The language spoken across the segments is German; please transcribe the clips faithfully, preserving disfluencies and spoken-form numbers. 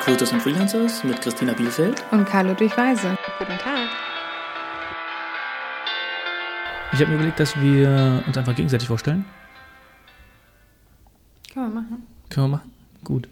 Recruiters und Freelancers mit Christina Bielfeld und Carlo Durchweise. Guten Tag. Ich habe mir überlegt, dass wir uns einfach gegenseitig vorstellen. Können wir machen. Können wir machen? Gut.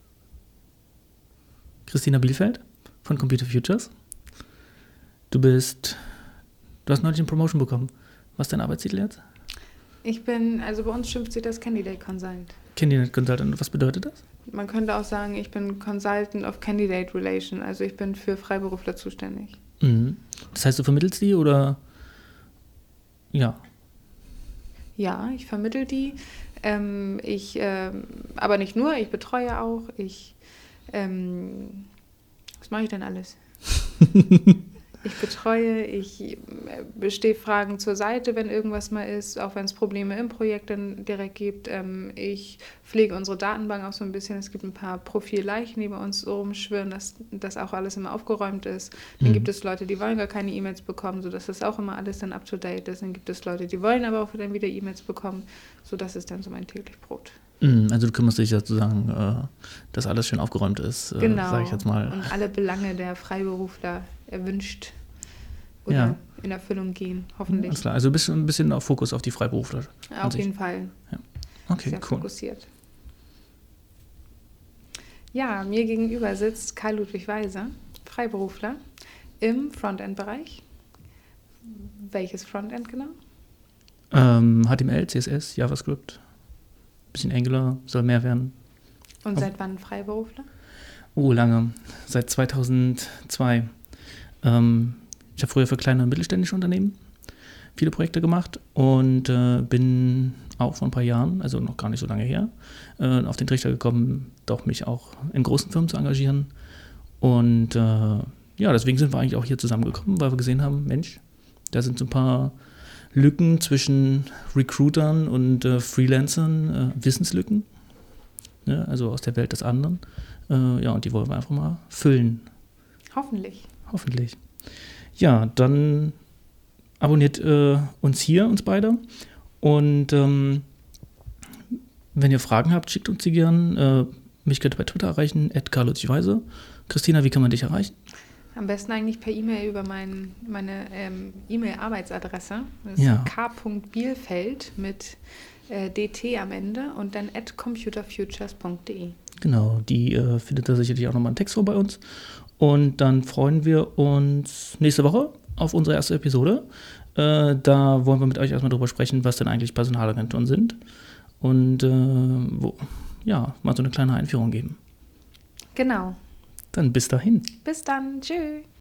Christina Bielfeld von Computer Futures. Du bist, du hast neulich eine Promotion bekommen. Was ist dein Arbeitstitel jetzt? Ich bin, also bei uns schimpft sich das Candidate Consultant. Candidate Consultant, was bedeutet das? Man könnte auch sagen, ich bin Consultant of Candidate Relation, also ich bin für Freiberufler zuständig. Mhm. Das heißt, du vermittelst die oder? Ja. Ja, ich vermittle die. Ähm, ich, ähm, aber nicht nur, ich betreue auch. Ich, ähm, was mache ich denn alles? Ich betreue, ich stehe Fragen zur Seite, wenn irgendwas mal ist, auch wenn es Probleme im Projekt dann direkt gibt. Ich pflege unsere Datenbank auch so ein bisschen. Es gibt ein paar Profilleichen, die bei uns rumschwirren, dass das auch alles immer aufgeräumt ist. Dann mhm. gibt es Leute, die wollen gar keine E-Mails bekommen, sodass das auch immer alles dann up-to-date ist. Dann gibt es Leute, die wollen aber auch dann wieder E-Mails bekommen. So, das ist dann so mein täglich Brot. Also du kümmerst dich sozusagen, dass alles schön aufgeräumt ist, genau. sage ich jetzt mal. Und alle Belange der Freiberufler erwünscht oder ja. in Erfüllung gehen, hoffentlich. Alles klar. Also bist du ein bisschen auf Fokus auf die Freiberufler? Auf jeden Fall. Ja. Okay, sehr cool. fokussiert. Ja, mir gegenüber sitzt Karl Ludwig Weise, Freiberufler im Frontend-Bereich. Welches Frontend genau? Ähm, H T M L, C S S, JavaScript, bisschen Angular, soll mehr werden. Und seit wann Freiberufler? Oh, lange. Seit zweitausendzwei. Ähm, ich habe früher für kleine und mittelständische Unternehmen viele Projekte gemacht und äh, bin auch vor ein paar Jahren, also noch gar nicht so lange her, äh, auf den Trichter gekommen, doch mich auch in großen Firmen zu engagieren. Und äh, ja, deswegen sind wir eigentlich auch hier zusammengekommen, weil wir gesehen haben, Mensch, da sind so ein paar Lücken zwischen Recruitern und äh, Freelancern, äh, Wissenslücken, ne, also aus der Welt des anderen. Äh, ja, und die wollen wir einfach mal füllen. Hoffentlich. Hoffentlich. Ja, dann abonniert äh, uns hier, uns beide. Und ähm, wenn ihr Fragen habt, schickt uns die gern. Äh, mich könnt ihr bei Twitter erreichen, at Carlo Durchweise. Christina, wie kann man dich erreichen? Am besten eigentlich per E-Mail über mein, meine ähm, E-Mail-Arbeitsadresse. Das ist ja. k punkt bielfeld mit äh, dt am Ende und dann at computerfutures punkt de. Genau, die äh, findet da sicherlich auch nochmal einen Text vor bei uns. Und dann freuen wir uns nächste Woche auf unsere erste Episode. Äh, da wollen wir mit euch erstmal drüber sprechen, was denn eigentlich Personalagenturen sind. Und äh, wo, ja, mal so eine kleine Einführung geben. Genau. Dann bis dahin. Bis dann. Tschüss.